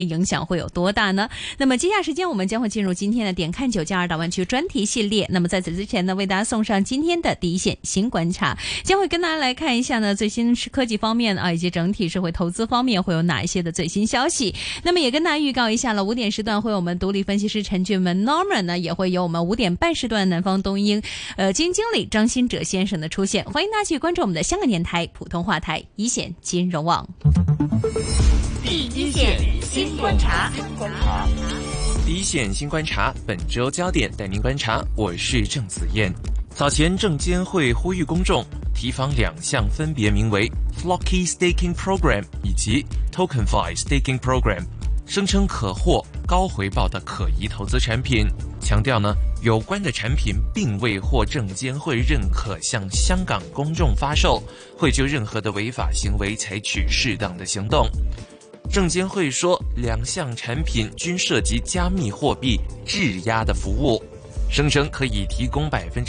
影响会有多大呢？那么接下来时间我们将会进入今天的点看9+2大湾区专题系列。那么在此之前呢，为大家送上今天的第一线新观察，将会跟大家来看一下呢最新科技方面以及整体社会投资方面会有哪一些的最新消息。那么也跟大家预告一下了，5点时段会有我们独立分析师陈俊文 Norman 呢，也会有我们5点半时段南方东英基金经理张新哲先生的出现。欢迎大家去关注我们的香港电台普通话台一线金融网。 第一线新观察， 第一线新观察，本周焦点带您观察，我是郑子燕。早前证监会呼吁公众提防2项分别名为 Flocky Staking Program 以及 TokenFi Staking Program， 声称可获高回报的可疑投资产品，强调呢有关的产品并未获证监会认可向香港公众发售，会就任何的违法行为采取适当的行动。证监会说2项产品均涉及加密货币质押的服务，声称可以提供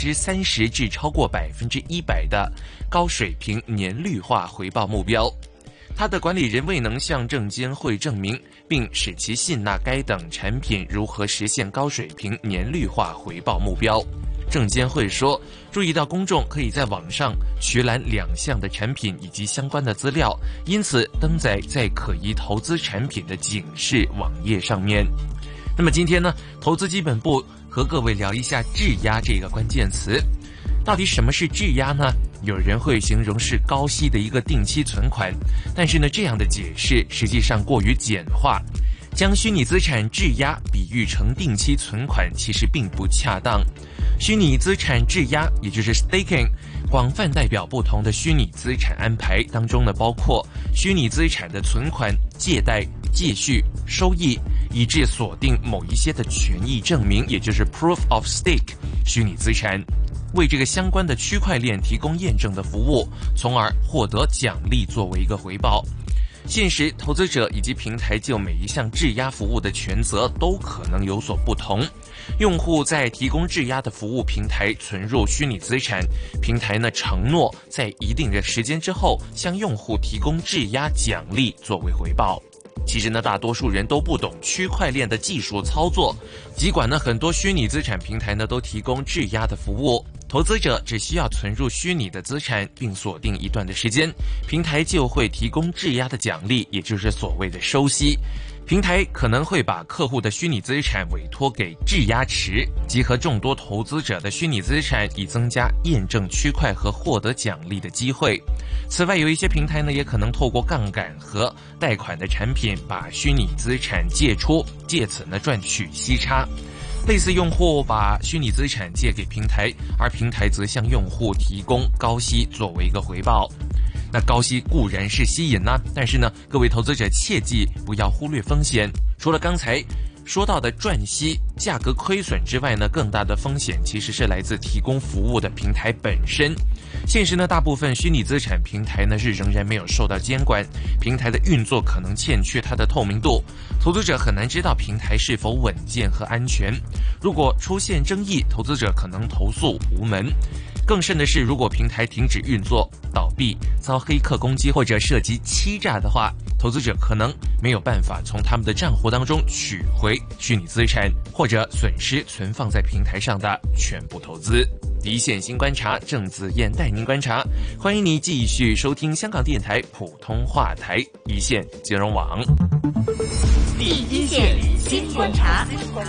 30%至超过100%的高水平年率化回报目标。他的管理人未能向证监会证明并使其信纳该等产品如何实现高水平年率化回报目标。证监会说，注意到公众可以在网上取览2项的产品以及相关的资料，因此登载在可疑投资产品的警示网页上面。那么今天呢，投资基本部和各位聊一下质押这个关键词。到底什么是质押呢？有人会形容是高息的一个定期存款，但是呢，这样的解释实际上过于简化。将虚拟资产质押比喻成定期存款其实并不恰当。虚拟资产质押也就是 staking 广泛代表不同的虚拟资产安排，当中呢包括虚拟资产的存款、借贷、借续、收益，以致锁定某一些的权益证明，也就是 proof of stake 虚拟资产，为这个相关的区块链提供验证的服务，从而获得奖励作为一个回报。现实投资者以及平台就每一项质押服务的权责都可能有所不同。用户在提供质押的服务平台存入虚拟资产，平台呢承诺在一定的时间之后向用户提供质押奖励作为回报。其实呢，大多数人都不懂区块链的技术操作，尽管呢很多虚拟资产平台呢都提供质押的服务，投资者只需要存入虚拟的资产并锁定一段的时间，平台就会提供质押的奖励，也就是所谓的收息。平台可能会把客户的虚拟资产委托给质押池，集合众多投资者的虚拟资产，以增加验证区块和获得奖励的机会。此外，有一些平台呢也可能透过杠杆和贷款的产品把虚拟资产借出，借此呢赚取息差。类似用户把虚拟资产借给平台，而平台则向用户提供高息作为一个回报。那高息固然是吸引呢，但是呢，各位投资者切记不要忽略风险。除了刚才说到的赚息、价格亏损之外呢，更大的风险其实是来自提供服务的平台本身。现实呢，大部分虚拟资产平台呢是仍然没有受到监管，平台的运作可能欠缺它的透明度，投资者很难知道平台是否稳健和安全。如果出现争议，投资者可能投诉无门。更甚的是，如果平台停止运作、倒闭、遭黑客攻击或者涉及欺诈的话，投资者可能没有办法从他们的账户当中取回虚拟资产，或者损失存放在平台上的全部投资。第一线新观察，郑子燕带您观察，欢迎你继续收听香港电台普通话台一线金融网。 第一线新观察。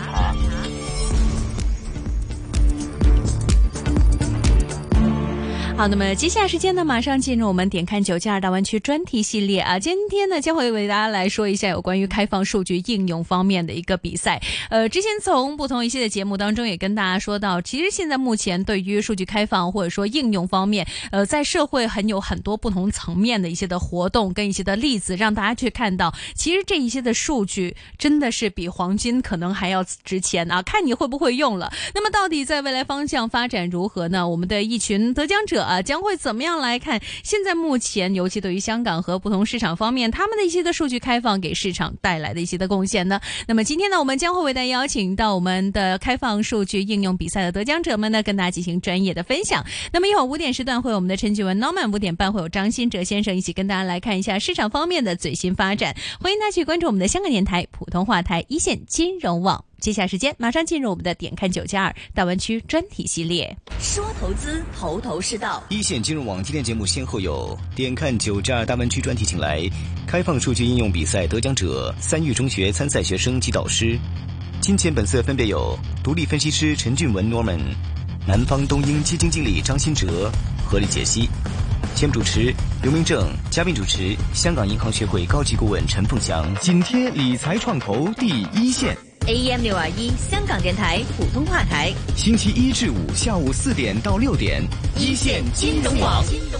好，那么接下来时间呢，马上进入我们点看9+2大湾区专题系列啊。今天呢，将会为大家来说一下有关于开放数据应用方面的一个比赛。之前从不同一些的节目当中也跟大家说到，其实现在目前对于数据开放或者说应用方面，在社会有很多不同层面的一些的活动跟一些的例子，让大家去看到，其实这一些的数据真的是比黄金可能还要值钱啊，看你会不会用了。那么到底在未来方向发展如何呢？我们的一群得奖者啊，将会怎么样来看现在目前尤其对于香港和不同市场方面他们的一些的数据开放给市场带来的一些的贡献呢？那么今天呢，我们将会为大家邀请到我们的开放数据应用比赛的得奖者们呢，跟大家进行专业的分享。那么一会儿5点时段会有我们的陈俊文 Norman，5点半会有张新哲先生一起跟大家来看一下市场方面的最新发展。欢迎大家去关注我们的香港电台普通话台一线金融网。接下来时间马上进入我们的点看9+2大湾区专题系列。 说投资，头头是道。 一线金融网今天节目先后有点看9+2大湾区专题，请来开放数据应用比赛得奖者、三育中学参赛学生及导师。金钱本色分别有独立分析师陈俊文 Norman、南方东英基金经理张新哲，合理解析。节目主持刘明正，嘉宾主持香港银行学会高级顾问陈凤祥。 紧贴理财创投第一线。 AM 621香港电台普通话台， 星期1至5下午4点到6点， 一线金融网。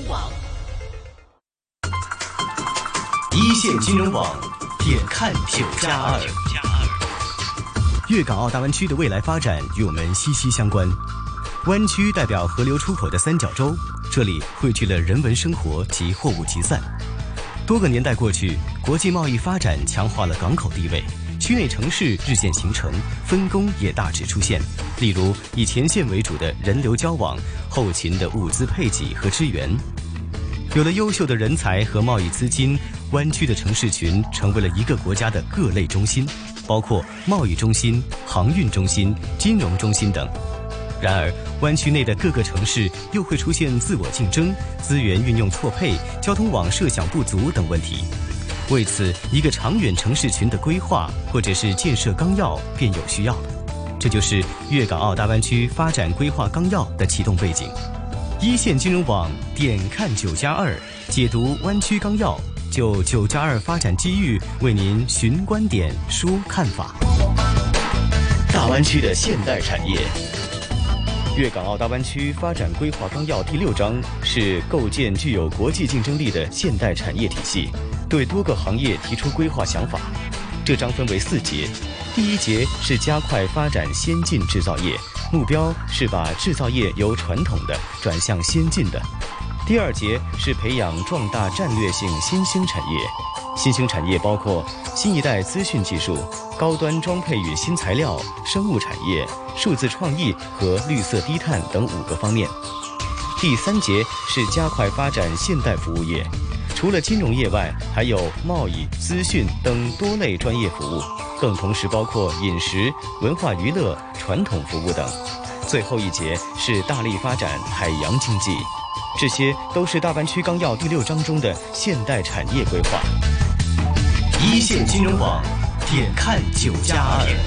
一线金融网，点看9+2。粤港澳大湾区的未来发展与我们息息相关。湾区代表河流出口的三角洲，这里汇聚了人文生活及货物集散。多个年代过去，国际贸易发展强化了港口地位，区内城市日渐形成，分工也大致出现。例如以前线为主的人流交往，后勤的物资配给和支援。有了优秀的人才和贸易资金，湾区的城市群成为了一个国家的各类中心，包括贸易中心、航运中心、金融中心等。然而，湾区内的各个城市又会出现自我竞争、资源运用错配、交通网设想不足等问题。为此，一个长远城市群的规划或者是建设纲要便有需要。这就是粤港澳大湾区发展规划纲要的启动背景。一线金融网点看9+2，解读湾区纲要，就9+2发展机遇为您寻观点、说看法。大湾区的现代产业。粤港澳大湾区发展规划纲要第6章是构建具有国际竞争力的现代产业体系，对多个行业提出规划想法。这章分为4节，第1节是加快发展先进制造业，目标是把制造业由传统的转向先进的。第2节是培养壮大战略性新兴产业，新兴产业包括新一代资讯技术、高端装配与新材料、生物产业、数字创意和绿色低碳等5个方面。第3节是加快发展现代服务业，除了金融业外，还有贸易、资讯等多类专业服务，更同时包括饮食、文化娱乐、传统服务等。最后1节是大力发展海洋经济，这些都是大湾区纲要第6章中的现代产业规划。一线金融网，点看9+2。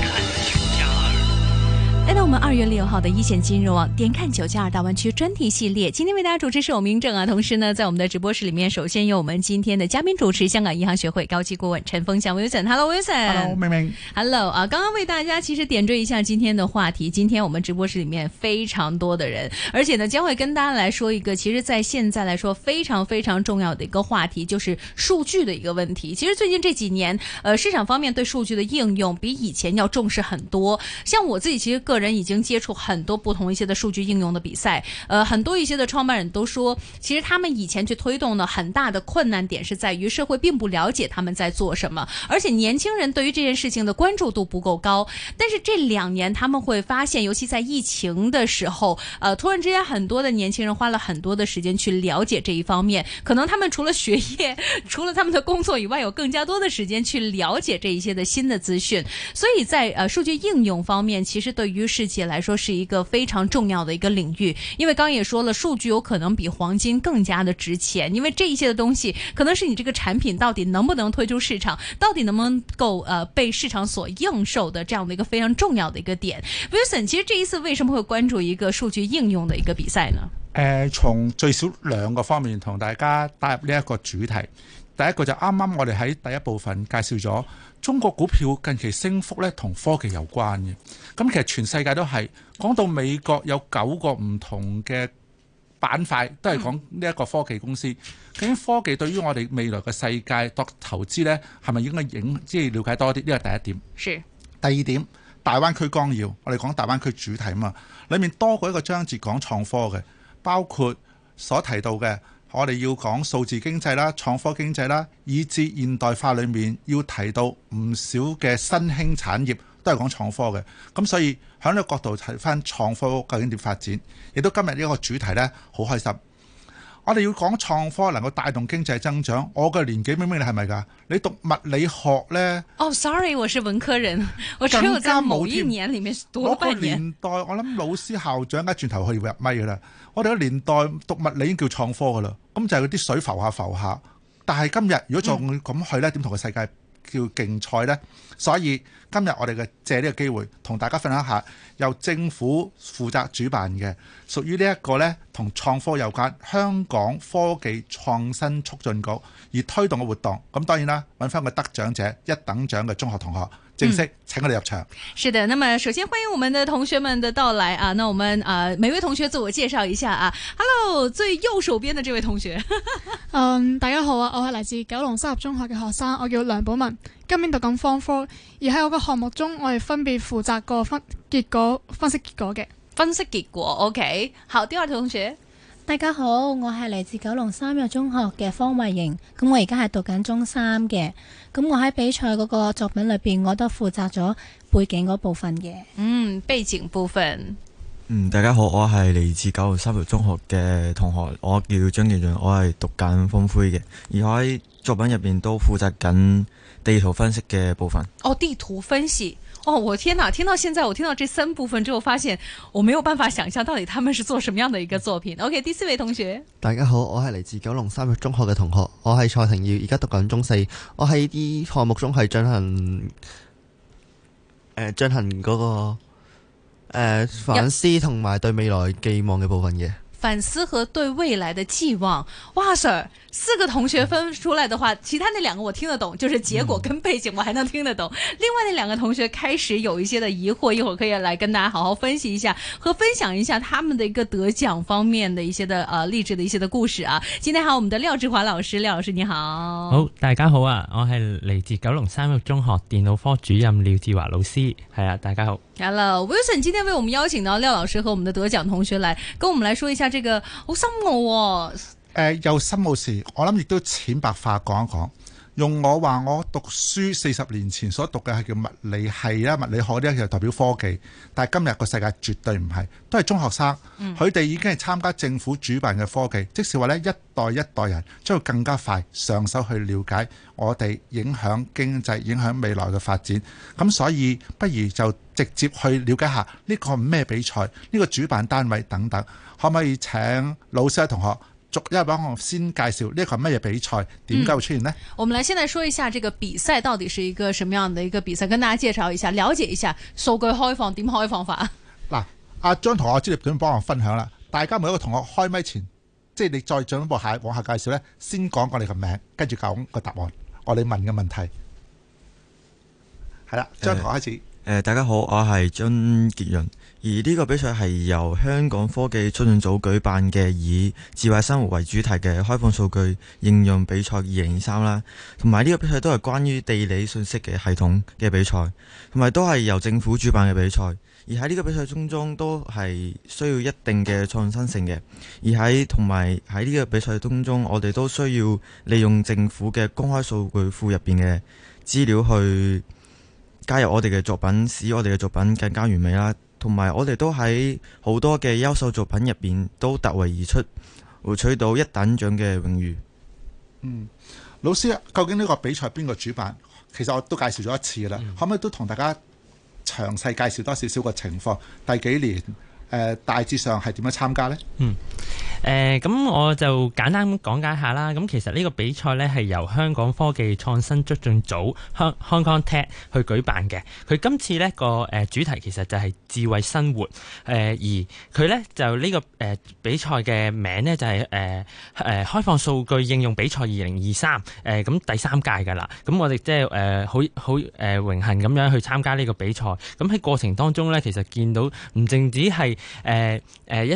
来到我们2月6号的一线金融网点看9+2大湾区专题系列，今天为大家主持是我明正啊，同时呢，在我们的直播室里面，首先有我们今天的嘉宾主持，香港银行学会高级顾问陈凤祥 Wilson。Hello Wilson。Hello 明明。 Hello 啊，刚刚为大家其实点缀一下今天的话题，今天我们直播室里面非常多的人，而且呢，将会跟大家来说一个，其实在现在来说非常非常重要的一个话题，就是数据的一个问题。其实最近这几年，市场方面对数据的应用比以前要重视很多。像我自己其实个人已经接触很多不同一些的数据应用的比赛，很多一些的创办人都说，其实他们以前去推动呢，很大的困难点是在于社会并不了解他们在做什么，而且年轻人对于这件事情的关注度不够高。但是这2年他们会发现，尤其在疫情的时候，突然之间很多的年轻人花了很多的时间去了解这一方面，可能他们除了学业，除了他们的工作以外，有更加多的时间去了解这一些的新的资讯。所以在数据应用方面，其实对于世界来说是一个非常重要的一个领域，因为刚刚也说了，数据有可能比黄金更加的值钱，因为这一些的东西可能是你这个产品到底能不能推出市场，到底能不能够被市场所应受的这样的一个非常重要的一个点。Wilson， 其实这一次为什么会关注一个数据应用的一个比賽呢？ 從最少2個方面同大家帶入呢一個主題。第一個就啱啱我哋喺第一部分介紹咗中國股票近期升幅咧同科技有關嘅。咁其實全世界都係講到美國有9個唔同嘅板塊都係講呢一個科技公司。究竟科技對於我哋未來嘅世界作投資咧，係咪應該即係了解多啲？呢個第一點。 是。 第2點，大灣區綱要，我哋講大灣區主題啊嘛，裡面多過一個章節講創科嘅，包括所提到嘅，我哋要講數字經濟啦、創科經濟啦，以至現代化裏面要提到唔少嘅新興產業都係講創科嘅。咁所以喺呢個角度睇翻創科究竟點發展，亦都今日呢個主題呢，好開心。我哋要講創科能夠帶動經濟增長，我嘅年紀明明你係咪㗎？你讀物理學呢？ 哦，sorry，我是文科人，我只有在某一年裡面讀了半年。 年代我諗老師校長一轉頭去入咪㗎啦。我哋個年代讀物理已經叫創科㗎啦，咁就係嗰啲水浮下浮下。但係今日如果仲咁去呢，點同個世界叫競賽呢？所以今日我哋嘅借呢個機會同大家分享下，由政府負責主辦嘅，屬於呢一個呢同創科有關香港科技創新促進局而推動嘅活動。咁當然啦，揾翻個得獎者一等獎嘅中學同學正式請我哋入場。 是的，那麼首先歡迎我們的同學們的到來啊！那我們每位同學自我介紹一下啊。Hello，最右手邊的這位同學。 大家好啊，我係嚟自九龍三合中學嘅學生，我叫梁寶文，今年讀緊 Form 4，而喺我個項目中，我哋分別負責個分析結果嘅。 分析結果 ，OK。好，第二同學。 大家好，我係嚟自九龍三育中學嘅方慧瑩，咁我而家係讀緊中3嘅，咁我喺比賽嗰個作品裏邊，我都負責咗背景嗰部分嘅。 背景部分。 大家好，我係嚟自九龍三育中學嘅同學，我叫張建俊，我係讀緊Form 3嘅，而我喺作品入邊都負責緊地圖分析嘅部分。 哦，地圖分析。哦，我天哪！聽到現在，我聽到這3部分之後，發現我沒有辦法想象到底他們是做什麼樣的一個作品。OK，第4位同學， 大家好，我係嚟自九龍三育中學嘅同學，我係蔡庭耀，而家讀緊中4，我喺啲項目中係進行嗰個反思同埋對未來寄望嘅部分嘅。 反思和對未來的寄望，哇 Sir，4個同學分出來的話，其他那2個我聽得懂，就是結果跟背景我還能聽得懂。另外那2個同學開始有一些的疑惑，一會兒可以來跟大家好好分析一下和分享一下他們的一個得獎方面的一些的勵志的一些的故事啊。今天好，我們的廖志華老師，廖老師你好。 好，大家好啊，我係嚟自九龍三育中學電腦科主任廖志華老師，係啊，大家好。 Hello Wilson，今天為我們邀請到廖老師和我們的得獎同學來跟我們來說一下這個好深奧喎。 有深奧時，我諗亦都淺白化講一講。用我話我讀書40年前所讀嘅係叫物理系啦，物理學嗰啲就代表科技。但係今日個世界絕對唔係，都係中學生，佢哋已經係參加政府主辦嘅科技，即是話呢，一代一代人將會更加快上手去了解我哋影響經濟、影響未來嘅發展。咁所以不如就直接去了解下呢個係咩比賽，呢個主辦單位等等，可唔可以請老師同學逐一幫我先介紹呢個係乜嘢比賽，點解會出現呢？ 我們來現在說一下這個比賽到底是一個什麼樣的一個比賽，跟大家介紹一下，了解一下數據開放點開放法。 嗱，阿張同學，我知你點幫我分享啦。大家每一個同學開咪前，即係你再進一步往下介紹呢，先講我哋個名，跟住講個答案，我哋問嘅問題。係啦，張同學開始。 大家好，我係張傑潤。而呢個比賽係由香港科技促進組舉辦嘅，以智慧生活為主題嘅開放數據應用比賽2023啦，同埋呢個比賽都係關於地理信息嘅系統嘅比賽，同埋都係由政府主辦嘅比賽。而喺呢個比賽中都係需要一定嘅創新性嘅，而同埋喺呢個比賽中，我哋都需要利用政府嘅公開數據庫入邊嘅資料去加入我哋嘅作品，使我哋嘅作品更加完美啦。同埋我哋都喺好多嘅優秀作品入邊都突圍而出，獲取到1等獎嘅榮譽。 老師，究竟呢個比賽邊個主辦？其實我都介紹咗一次啦，可唔可以都同大家詳細介紹多少少個情況？第幾年？大致上係點樣參加呢？ 咁我就簡單講解下啦。咁其實呢個比賽呢係由香港科技創新促進組 Hong Kong Tech 去舉辦嘅。佢今次呢個主題其實就係智慧生活。而佢呢就呢個比賽嘅名呢就係開放數據應用比賽2023。咁第3屆㗎啦。咁我哋即係好榮幸咁樣去參加呢個比賽。咁喺過程當中呢，其實見到唔淨止係一啲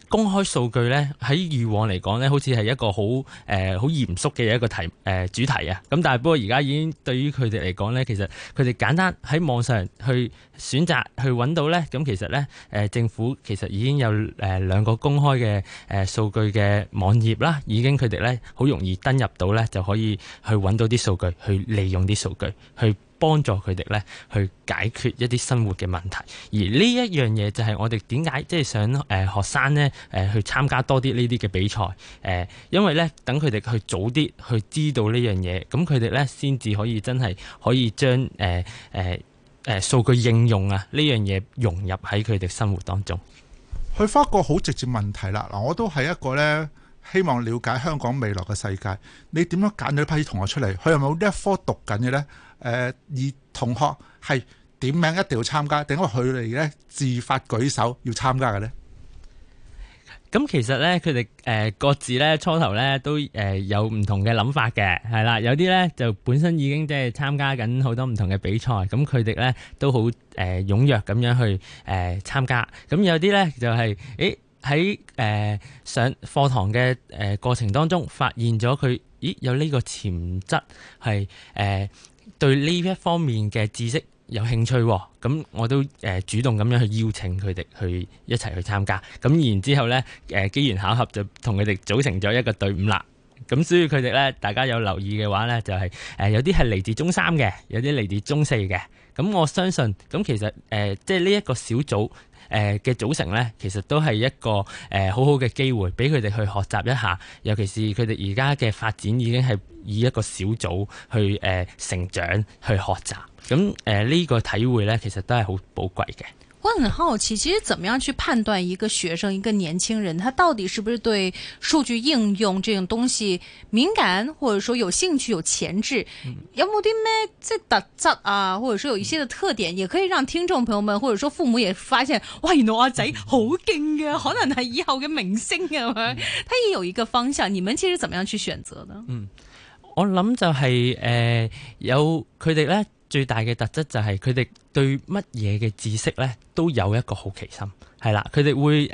公開數據咧，喺以往嚟講咧，好似係一個好嚴肅嘅一個主題啊。咁但係不過而家已經對於佢哋嚟講咧，其實佢哋簡單喺網上去選擇去揾到咧，咁其實咧政府其實已經有兩個公開嘅數據嘅網頁啦，已經佢哋咧好容易登入到咧，就可以去揾到啲數據，去利用啲數據去幫助佢哋咧去解決一啲生活嘅問題，而呢一樣嘢就係我哋點解即係想學生咧去參加多啲呢啲嘅比賽，因為咧等佢哋去早啲去知道呢樣嘢，咁佢哋咧先至可以真係可以將數據應用啊呢樣嘢融入喺佢哋生活當中。 去返一個好直接問題啦，嗱，我都係一個咧希望了解香港未來嘅世界，你點樣揀咗呢批同學出嚟？佢有冇呢一科讀緊嘅咧？而同學係點名一定要參加，定係佢哋咧自發舉手要參加嘅咧？ 咁其實咧，佢哋各自咧初頭咧都有唔同嘅諗法嘅，係啦，有啲咧就本身已經即係參加緊好多唔同嘅比賽，咁佢哋咧都好踴躍咁樣去參加，咁有啲咧就係喺上課堂嘅過程當中發現咗佢有呢個潛質係對呢一方面嘅知識有興趣，咁我都主動咁樣去邀請佢哋去一齊去參加，咁然之後咧機緣巧合就同佢哋組成咗一個隊伍啦。咁所以佢哋咧，大家有留意嘅話咧，就係有啲係嚟自中三嘅，有啲嚟自中四嘅。咁我相信，咁其實即係呢一個小組嘅組成咧，其實都係一個好好嘅機會，俾佢哋去學習一下。尤其是佢哋而家嘅發展已經係以一個小組去成長去學習。咁呢個體會咧，其實都係好寶貴嘅。 我很好奇，其實怎麼樣去判斷一個學生、一個年輕人，他到底是不是對數據應用這種東西敏感，或者說有興趣、有潛質？有冇啲咩即係特質啊，或者說有一些的特點，也可以讓聽眾朋友們或者說父母也發現，哇，原來我仔好勁嘅，可能係以後嘅明星啊！他也有一個方向，你們其實怎麼樣去選擇呢？ 我諗就係有佢哋咧。最大嘅特質就係佢哋對乜嘢嘅知識咧都有一個好奇心，係啦，佢哋會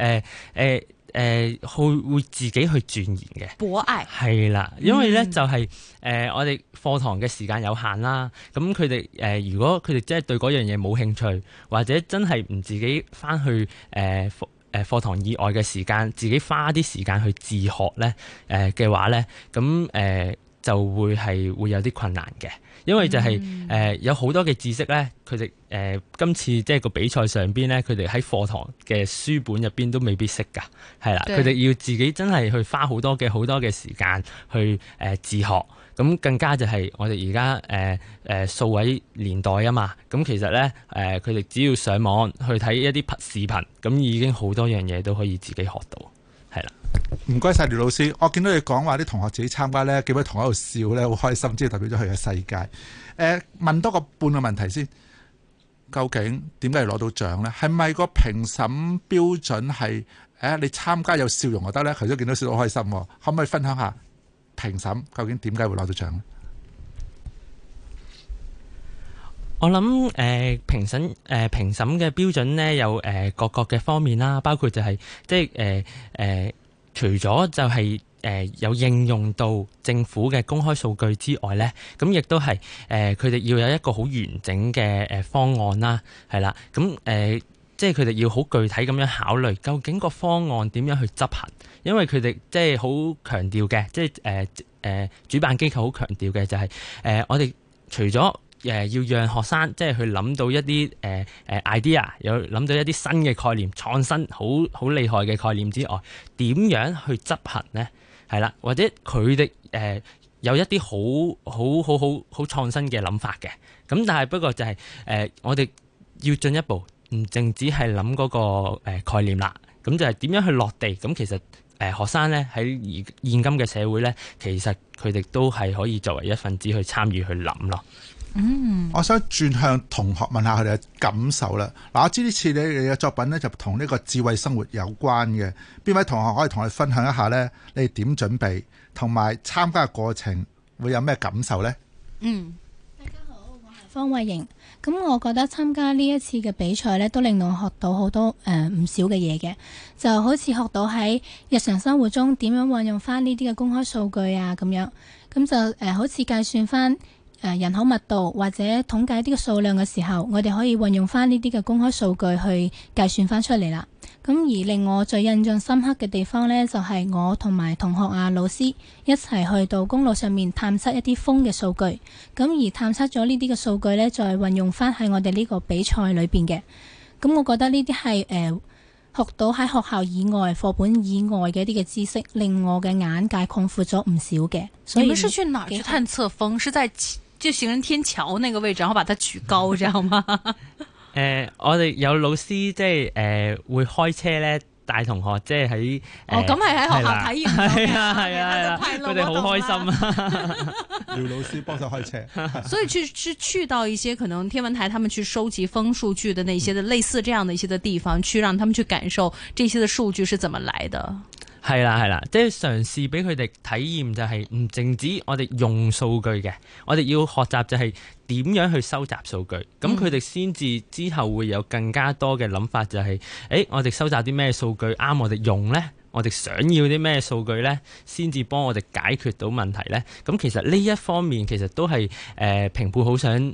會自己去鑽研嘅，博愛係啦，因為咧就係我哋課堂嘅時間有限啦，咁佢哋如果佢哋真係對嗰樣嘢冇興趣，或者真係唔自己翻去課堂以外嘅時間，自己花啲時間去自學咧嘅話咧，咁就會有啲困難嘅。因為就係有好多嘅知識咧，佢哋今次即係個比賽上邊咧，佢哋喺課堂嘅書本入邊都未必識㗎，係啦，佢哋要自己真係去花好多嘅時間去自學，咁更加就係我哋而家數位年代啊嘛，咁其實咧佢哋只要上網去睇一啲視頻，咁已經好多樣嘢都可以自己學到，係啦。 唔該晒廖老師，我見到你講話啲同學自己參加呢，幾位同學喺度笑呢，好開心，即係代表咗佢嘅世界。問多個半個問題先，究竟點解要攞到獎呢？係咪個評審標準係你參加有笑容就得呢？頭先見到笑到好開心，可唔可以分享下評審究竟點解會攞到獎呢？ 我諗評審嘅標準呢，有各嘅方面啦，包括就係即係除咗就係有應用到政府嘅公開數據之外咧，咁亦都係佢哋要有一個好完整嘅方案啦，係啦，咁即係佢哋要好具體咁樣考慮究竟個方案點樣去執行，因為佢哋即係好強調嘅，即係主辦機構好強調嘅就係我哋除咗要讓學生即係去諗到一啲idea， 有諗到一啲新嘅概念、創新好厲害嘅概念之外，點樣去執行呢？係啦，或者佢哋有一啲好創新嘅諗法嘅。咁但係不過就係我哋要進一步，唔淨止係諗嗰個概念啦。咁就係點樣去落地？咁其實學生咧喺現今嘅社會咧，其實佢哋都係可以作為一份子去參與去諗咯。 我想轉向同學問下佢哋嘅感受啦。嗱，我知呢次你哋嘅作品呢，就同呢個智慧生活有關嘅，邊位同學可以同我分享一下呢？你哋點準備，同埋參加嘅過程會有咩感受呢？ 大家好，我係方慧瑩。咁我覺得參加呢一次嘅比賽呢，都令我學到好多唔少嘅嘢嘅，就好似學到喺日常生活中點樣運用翻呢啲嘅公開數據啊咁樣。咁就好似計算翻人口密度或者統計啲嘅數量嘅時候，我哋可以運用翻呢啲嘅公開數據去計算翻出嚟啦。咁而令我最印象深刻嘅地方呢，就係我同埋同學啊、老師一齊去到公路上面探測一啲風嘅數據。咁而探測咗呢啲嘅數據呢，再運用翻喺我哋呢個比賽裏邊嘅。咁我覺得呢啲係學到喺學校以外、課本以外嘅一啲嘅知識，令我嘅眼界擴闊咗唔少嘅。所以你們是去哪兒去探測風？是在就行人天橋那個位置，然後把它舉高，這樣嗎？ 我哋有老師即係會開車咧，帶同學即係喺咁係喺學校體驗到嘅， 係啊，佢哋好開心啊！ 廖老師幫手開車， 所以去到一些可能天文台他們去收集風數據的那些的類似這樣的一些的地方，去讓他們去感受這些的數據是怎麼來的。 係啦，即係嘗試俾佢哋體驗，就係唔淨止我哋用數據嘅，我哋要學習就係點樣去收集數據。咁佢哋先至之後會有更加多嘅諗法，就係我哋收集啲咩數據啱我哋用呢？我哋想要啲咩數據呢？先至幫我哋解決到問題呢？咁其實呢一方面其實都係評判好想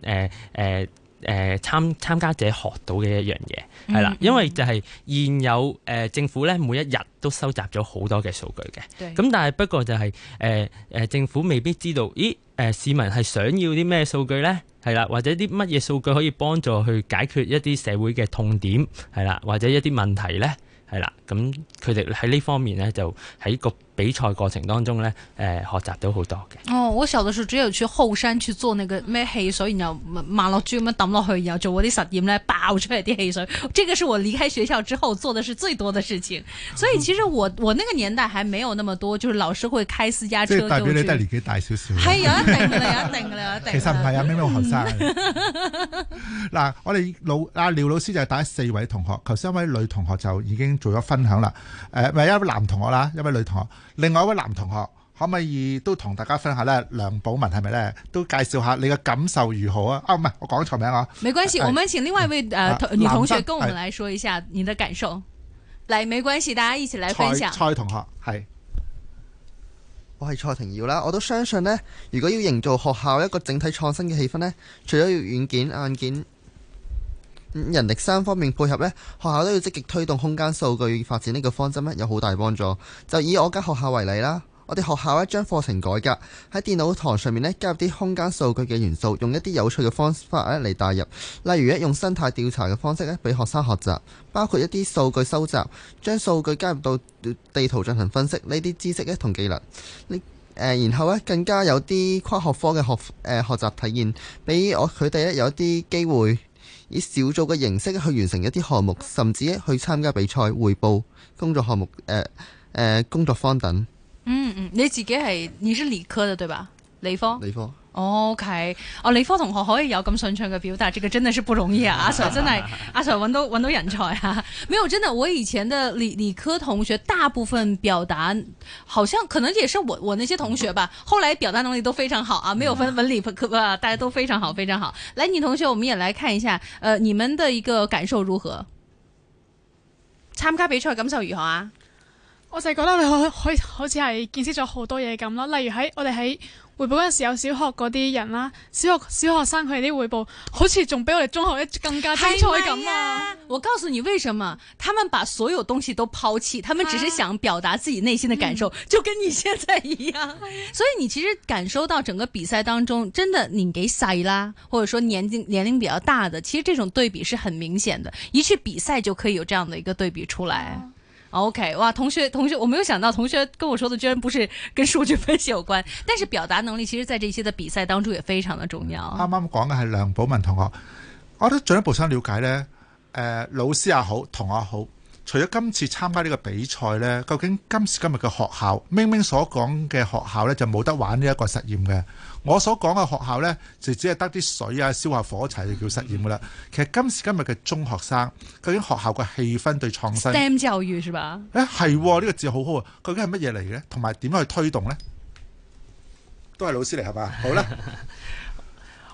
參加者學到嘅一樣嘢，係啦，因為就係現有政府咧每一日都收集咗好多嘅數據嘅，咁但係不過就係政府未必知道，市民係想要啲咩數據咧，係啦，或者啲乜嘢數據可以幫助去解決一啲社會嘅痛點，係啦，或者一啲問題咧，係啦，咁佢哋喺呢方面咧就喺個比賽過程當中咧，學習到好多嘅。 哦，我小的時候只有去後山去做那個咩汽水，然後麻落珠咁樣抌落去，然後做嗰啲實驗咧，爆出嚟啲汽水。這個是我離開學校之後做的是最多的事情。所以其實我那個年代還沒有那麼多，就是老師會開私家車。 即係代表你都係年紀大少少。 係有一定嘅啦，有一定嘅啦，有一定。 其實唔係啊，咩好後生。嗱，我哋廖老師就係帶4位同學，頭先一位女同學就已經做咗分享啦。咪一位男同學啦，一位女同學。另外一位男同學可唔可以都同大家分享咧？梁寶文係咪咧？都介紹下你嘅感受如何啊？唔係，我講錯名啊。 沒關係，我們請另外一位女同學跟我們來說一下你的感受。嚟，沒關係，大家一起來分享。 蔡同學係， 我係蔡庭耀啦。我都相信呢，如果要營造學校一個整體創新嘅氣氛呢，除咗要軟件、硬件、人力3方面配合呢，學校都要積極推動空間數據發展呢個方針呢，有好大幫助。就以我間學校為例啦，我哋學校呢將課程改革，喺電腦堂上面呢加入啲空間數據嘅元素，用一啲有趣嘅方法呢嚟帶入，例如用生態調查嘅方式呢俾學生學習，包括一啲數據收集，將數據加入到地圖進行分析，呢啲知識呢同技能。然後呢更加有啲跨學科嘅學習體驗，俾佢哋呢有一啲機會，以小組嘅形式去完成一啲項目，甚至去參加比賽、匯報、工作項目、工作坊等。 你自己你是理科的對吧？理科。OK， 理科同學可以有咁順暢嘅表達，這個真的是不容易啊！阿 Sir 真係阿 Sir 揾到人才啊！沒有，真的，我以前的理科同學大部分表達，好像可能也是我那些同學吧，後來表達能力都非常好啊，沒有分文理科啊，大家都非常好，非常好。來，女同學，我們也來看一下，你們的一個感受如何？參加比賽感受如何啊？ 我就覺得你可以好似係見識咗好多嘢咁啦，例如我哋喺匯報嗰陣時有小學嗰啲人啦，小學生佢哋啲匯報好似仲比我哋中學更加精彩咁啊！ 我告訴你為什麼，他們把所有東西都拋棄，他們只是想表達自己內心的感受，就跟你現在一樣。所以你其實感受到整個比賽當中，真的年紀細啦，或者說年齡比較大的，其實這種對比是很明顯的，一去比賽就可以有這樣的一個對比出來。OK， 哇，同學，我沒有想到同學跟我說的居然不是跟數據分析有關，但是表達能力其實在這些的比賽當中也非常的重要。 啱啱講嘅係梁寶文同學，我覺得進一步想了解呢，老師也好，同學也好，除咗今次參加呢個比賽呢，究竟今時今日嘅學校，明明所講嘅學校呢，就冇得玩呢一個實驗嘅。我所講嘅學校呢，就只係得啲水啊，燒下火柴就叫實驗噶啦。其實今時今日嘅中學生，究竟學校嘅氣氛對創新 STEM 教育是吧？ 係呢個字好好啊！究竟係乜嘢嚟嘅？同埋點樣去推動呢？都係老師嚟係嘛？好啦。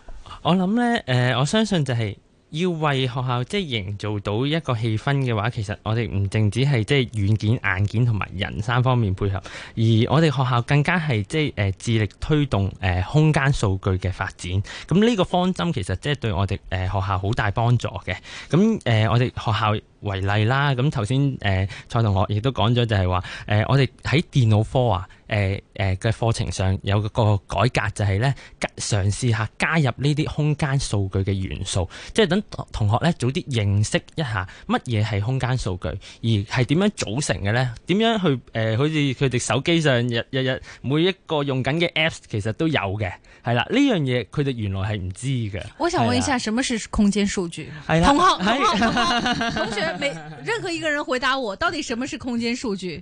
我諗呢，我相信就係要為學校即係營造到一個氣氛嘅話，其實我哋唔淨止係即係軟件、硬件同埋人三方面配合，而我哋學校更加係即係致力推動空間數據嘅發展。咁呢個方針其實即係對我哋學校好大幫助嘅。咁我哋學校為例啦，咁頭先蔡同學亦都講咗，就係話我哋喺電腦科啊嘅課程上有個改革，就係咧嘗試下加入呢啲空間數據嘅元素，即係等同學咧早啲認識一下乜嘢係空間數據，而係點樣組成嘅咧？點樣去好似佢哋手機上日每一個用緊嘅 Apps 其實都有嘅，係啦，呢樣嘢佢哋原來係唔知嘅。 我想問一下，什麼是空間數據？同學，任何一個人回答我，到底什麼是空間數據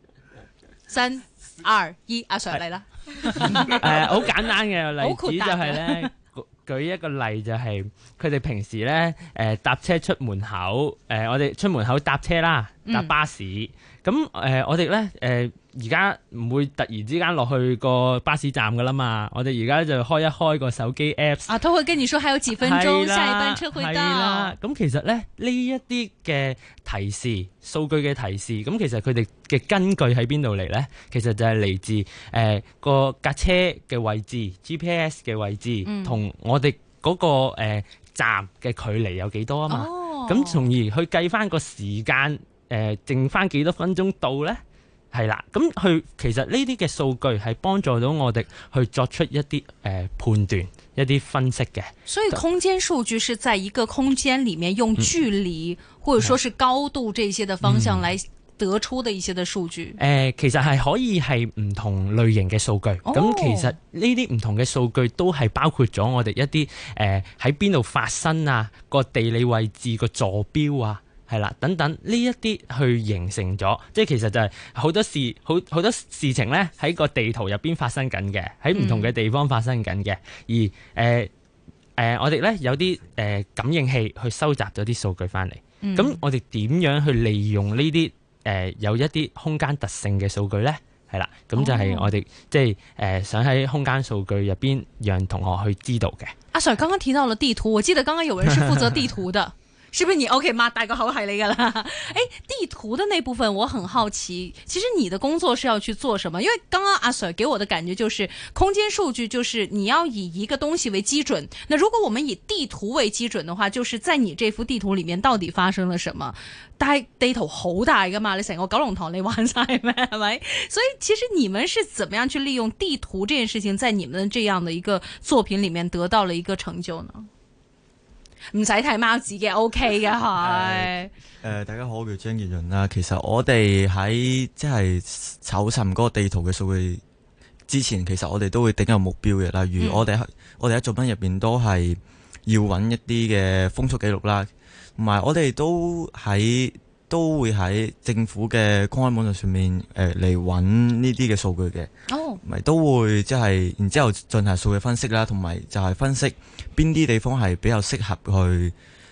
？3、2、1，阿 Sir 嚟啦。 好簡單嘅例子就係咧，舉一個例就係佢哋平時咧搭車出門口，我哋出門口搭車啦，搭巴士，咁我哋咧而家唔會突然之間落去個巴士站噶啦嘛，我哋而家就開一開個手機 Apps 啊，佢會跟你說還有幾分鐘，下一班車會到。係啦， 咁其實咧呢一啲嘅提示、數據嘅提示，咁其實佢哋嘅根據喺邊度嚟咧？其實就係嚟自個架車嘅位置、GPS 嘅位置，同我哋嗰個站嘅距離有幾多啊嘛？咁從而去計翻個時間，剩翻幾多分鐘到咧？係啦，咁其實呢啲嘅數據係幫助到我哋去作出一啲判斷、一啲分析嘅。 所以空間數據是在一個空間裡面用距離或者說是高度這些的方向來得出的一些的數據。 其實係可以係唔同類型嘅數據。咁其實呢啲唔同嘅數據都係包括咗我哋一啲喺邊度發生啊，個地理位置、個坐標啊。係啦，等等呢一啲去形成咗，即係其實就係好多事情咧喺個地圖入邊發生緊嘅，喺唔同嘅地方發生緊嘅。而我哋咧有啲感應器去收集咗啲數據翻嚟。咁我哋點樣去利用呢啲有一啲空間特性嘅數據咧？係啦，咁就係我哋即係想喺空間數據入邊讓同學去知道嘅。 阿 Sir 剛剛提到了地圖，我記得剛剛有人是負責地圖的。是不是你 OK 擘大個口係你噶啦？地圖的那部分我很好奇，其實你的工作是要去做什麼？因為剛剛阿 Sir 給我的感覺就是空間數據就是你要以一個東西為基準，那如果我們以地圖為基準的話，就是在你這幅地圖裡面到底發生了什麼？但係地圖好大噶嘛，你成個九龍塘你玩晒咩？係咪？所以其實你們是怎麼樣去利用地圖這件事情，在你們這樣的一個作品裡面得到了一個成就呢？唔使睇貓紙嘅 OK 嘅係。 大家好，我叫張傑潤啦。其實我哋喺即係搜尋嗰個地圖嘅數據之前，其實我哋都會定有目標嘅。例如我哋喺作品入邊都係要揾一啲嘅風速記錄啦，同埋我哋都會喺政府嘅公開網站上面嚟揾呢啲嘅數據嘅。咪都會即係然之後進行數據分析啦，同埋就係分析邊啲地方係比較適合去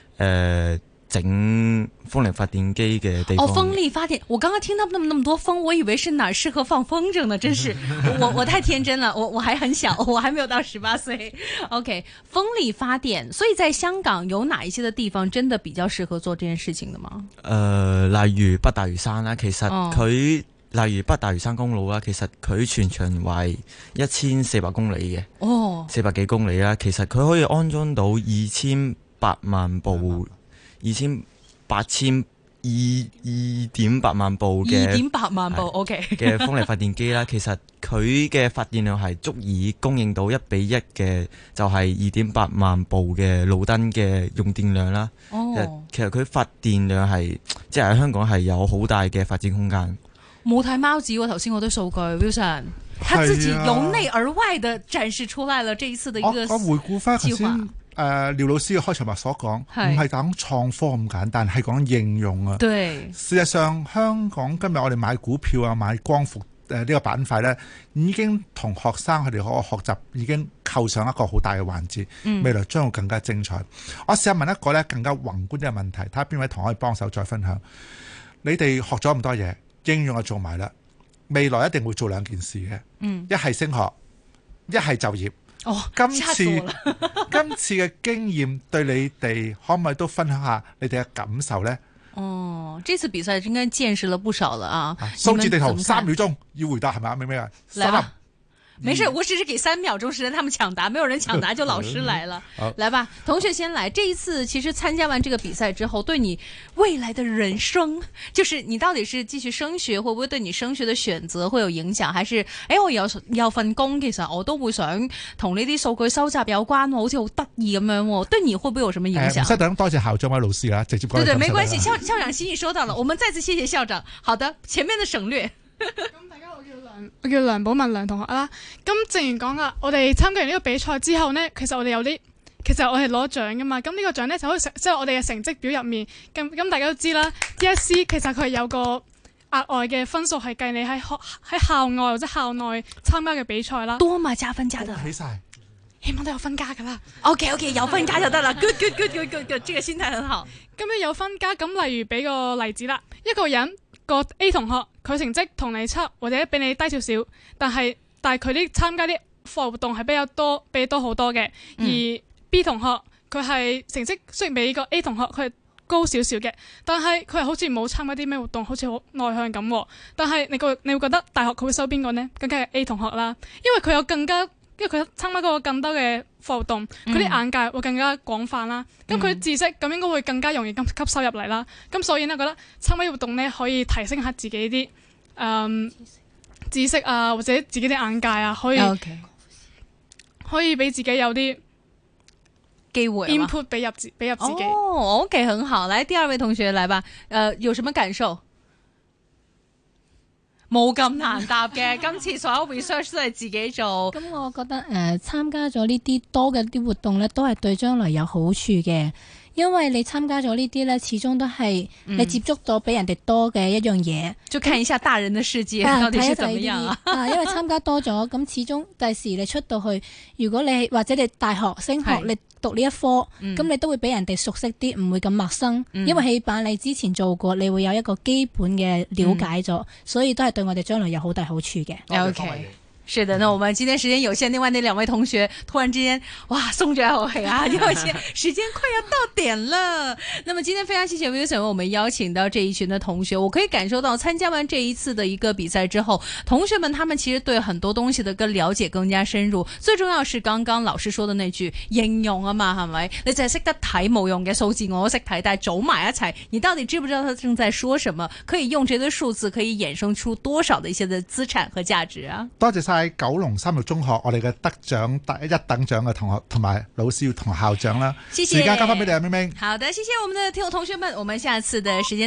整風力發電機嘅地方。 風力發電，我剛剛聽到那麼多風，我以為是哪適合放風箏呢？真是我太天真了，我還很小，我還沒有到18歲。OK， 風力發電，所以在香港有哪一些的地方真的比較適合做這件事情的嗎？ 例如北大嶼山啦，其實佢。例如北大嶼山公路啦，其實佢全長為1400公里嘅，400幾公里啦。其實佢可以安裝到2.8萬部嘅 2.8萬部 OK 嘅風力發電機啦。其實佢嘅發電量係足以供應到1比1嘅，就係2.8萬部嘅路燈嘅用電量啦。其實佢發電量係即係喺香港係有好大嘅發展空間。 冇睇貓紙喎，頭先我啲數據 Wilson，他自己由內而外的展示出來了這一次的一個計劃。 我回顧翻頭先廖老師嘅開場白所講，唔係講創科咁簡單，係講應用啊。 對， 事實上香港今日我哋買股票啊、買光伏呢個板塊呢，已經同學生佢哋嗰個學習已經構上一個好大嘅環節。未來將會更加精彩。我試下問一個呢更加宏觀嘅問題，睇下邊位同學可以幫手再分享。你哋學咗咁多嘢。應用就做埋啦，未來一定會做兩件事嘅，一係升學，一係就業。 哦， 今次嚇死我啦今次嘅經驗對你哋可唔可以都分享下你哋嘅感受呢？ 哦，這次比賽應該見識了不少了啊！ 數字地圖你們怎麼看 3秒鐘要回答係咪啊？明唔明啊？ 來吧。沒事，我只是給3秒鐘時間他們搶答，沒有人搶答就老師來了。來吧，同學先來。這一次其實參加完這個比賽之後，對你未來的人生，就是你到底是繼續升學，會不會對你升學的選擇會有影響？還是我有份工，其實我都會想同呢啲數據收集有關，好似好得意咁樣。對你會不會有什麼影響？ 唔使等，多謝校長位老師啦，直接講。 對，沒關係，校長心意收到了，我們再次謝謝校長。好的，前面的省略。 咁大家我叫梁寶文梁同學啦。咁正如講啦，我哋參加完呢個比賽之後呢，其實我哋我係攞獎噶嘛。咁呢個獎呢，就可以即係我哋嘅成績表入面。咁大家都知啦，DSE 其實佢係有個額外嘅分數係計你喺校外或者校內參加嘅比賽啦。 多嘛加分加的。 起晒。 希望都有分加噶啦。 OK， 有分加就得啦。Good， 這個心態很好。 咁樣有分加，咁例如俾個例子啦，一個人個 A 同學佢成績同你差或者比你低少少，但係佢啲參加啲課外活動係比你多好多嘅。而 B 同學佢係成績雖然比個 A 同學佢係高少少嘅，但係佢係好似冇參加啲咩活動，好似好內向咁。但係你會覺得大學佢會收邊個呢？更加係 A 同學啦，因為佢參加過更多嘅課活動，佢啲眼界會更加廣泛啦。咁佢知識咁應該會更加容易咁吸收入嚟啦。咁所以呢，覺得參加活動呢可以提升下自己啲知識啊，或者自己啲眼界啊，可以俾自己有啲機會 input 俾入自己。 哦，OK， 很好。來，第二位同學來吧。有什麼感受？冇咁難答嘅，今次所有 research 都係自己做。 咁我覺得參加咗呢啲多嘅啲活動呢，都係對將來有好處嘅。因為你參加咗呢啲呢，始終都係你接觸到比人哋多嘅一樣嘢。 就看一下大人的世界到底是怎麼樣啊！ 因為參加多咗，咁始終第時你出到去，如果你或者你大學升學，你讀呢一科，咁你都會比人哋熟悉啲，唔會咁陌生。因為起碼你之前做過，你會有一個基本嘅了解咗，所以都係對我哋將來有好大好處嘅。 OK。是的，那我們今天時間有限，另外那兩位同學突然之間，哇，鬆咗一口氣啊，因為時間快要到點了。那麼今天非常謝謝 Wilson 為我們邀請到這一群的同學，我可以感受到參加完這一次的一個比賽之後，同學們他們其實對很多東西的個了解更加深入。最重要是剛剛老師說的那句應用啊嘛，係咪？你淨係識得睇冇用嘅數字，我都識睇，但係組埋一齊，你到底知不知道他正在說什麼？可以用這堆數字可以衍生出多少的一些的資產和價值啊？ 多謝晒九龍三育中學我哋嘅得獎第一等獎嘅同學同埋老師同校長啦。 謝謝。 時間交翻俾你啊，明明。 好的，謝謝我們的聽眾同學們，我們下次的時間。